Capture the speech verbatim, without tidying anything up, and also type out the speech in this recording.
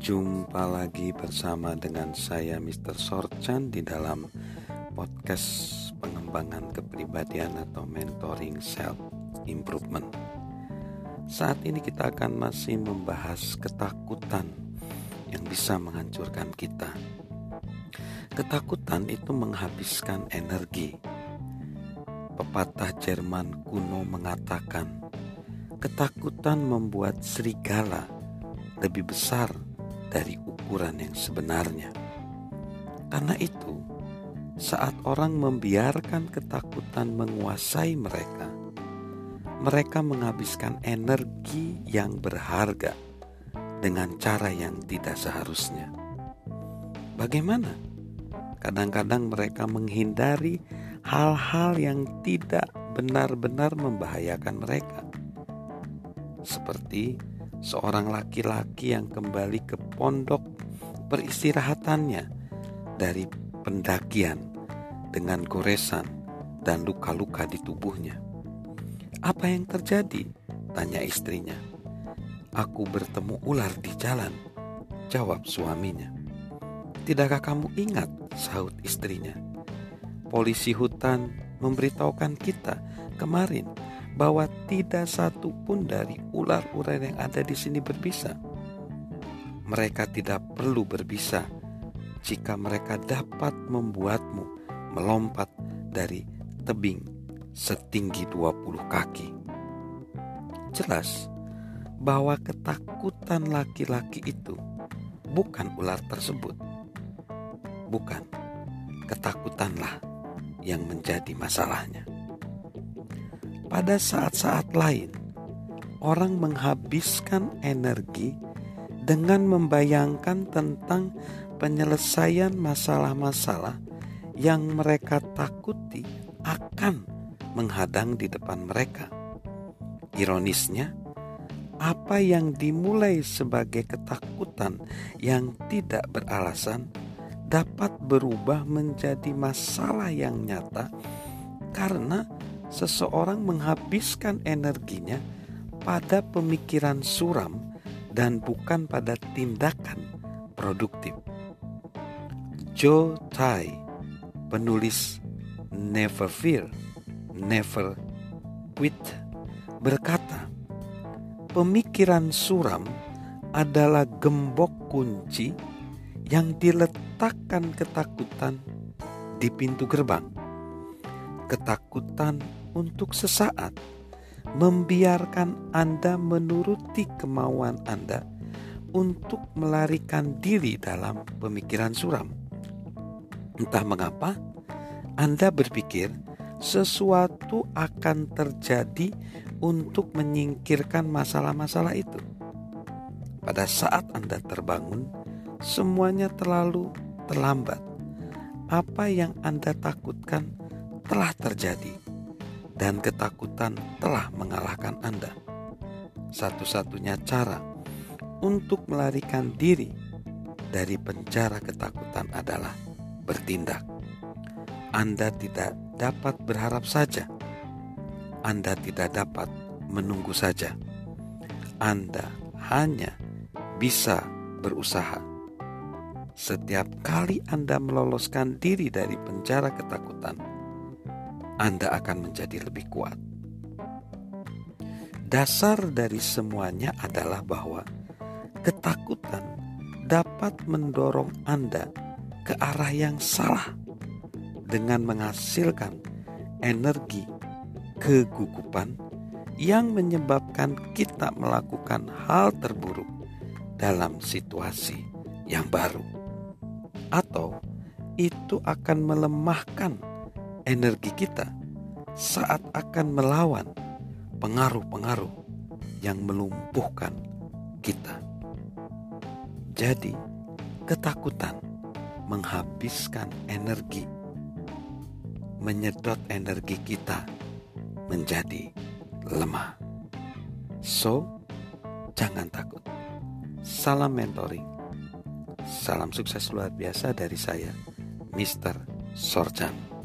Jumpa lagi bersama dengan saya mister Sorchan di dalam podcast pengembangan kepribadian atau mentoring self improvement. Saat ini kita akan masih membahas ketakutan yang bisa menghancurkan kita. Ketakutan itu menghabiskan energi. Pepatah Jerman kuno mengatakan, ketakutan membuat serigala lebih besar dari ukuran yang sebenarnya. Karena itu, saat orang membiarkan ketakutan menguasai mereka, mereka menghabiskan energi yang berharga dengan cara yang tidak seharusnya. Bagaimana? Kadang-kadang mereka menghindari hal-hal yang tidak benar-benar membahayakan mereka. Seperti seorang laki-laki yang kembali ke pondok peristirahatannya dari pendakian dengan goresan dan luka-luka di tubuhnya. "Apa yang terjadi?" tanya istrinya. "Aku bertemu ular di jalan," jawab suaminya. "Tidakkah kamu ingat?" sahut istrinya. "Polisi hutan memberitahukan kita kemarin bahwa tidak satu pun dari ular-ular yang ada di sini berbisa. Mereka tidak perlu berbisa jika mereka dapat membuatmu melompat dari tebing setinggi dua puluh kaki. Jelas bahwa ketakutan laki-laki itu bukan ular tersebut. Bukan, ketakutanlah yang menjadi masalahnya. Pada saat-saat lain, orang menghabiskan energi dengan membayangkan tentang penyelesaian masalah-masalah yang mereka takuti akan menghadang di depan mereka. Ironisnya, apa yang dimulai sebagai ketakutan yang tidak beralasan dapat berubah menjadi masalah yang nyata karena seseorang menghabiskan energinya pada pemikiran suram dan bukan pada tindakan produktif. Joe Tsai, penulis Never Fear, Never Quit, berkata, pemikiran suram adalah gembok kunci yang diletakkan ketakutan di pintu gerbang. Ketakutan untuk sesaat membiarkan Anda menuruti kemauan Anda untuk melarikan diri dalam pemikiran suram. Entah mengapa, Anda berpikir sesuatu akan terjadi untuk menyingkirkan masalah-masalah itu. Pada saat Anda terbangun, semuanya terlalu terlambat. Apa yang Anda takutkan telah terjadi dan ketakutan telah mengalahkan Anda. Satu-satunya cara untuk melarikan diri dari penjara ketakutan adalah bertindak. Anda tidak dapat berharap saja. Anda tidak dapat menunggu saja. Anda hanya bisa berusaha. Setiap kali Anda meloloskan diri dari penjara ketakutan, Anda akan menjadi lebih kuat. Dasar dari semuanya adalah bahwa ketakutan dapat mendorong Anda ke arah yang salah dengan menghasilkan energi kegugupan yang menyebabkan kita melakukan hal terburuk dalam situasi yang baru. Atau itu akan melemahkan energi kita saat akan melawan pengaruh-pengaruh yang melumpuhkan kita. Jadi, ketakutan menghabiskan energi, menyedot energi kita menjadi lemah. So, jangan takut. Salam mentoring. Salam sukses luar biasa dari saya, mister Sorchan.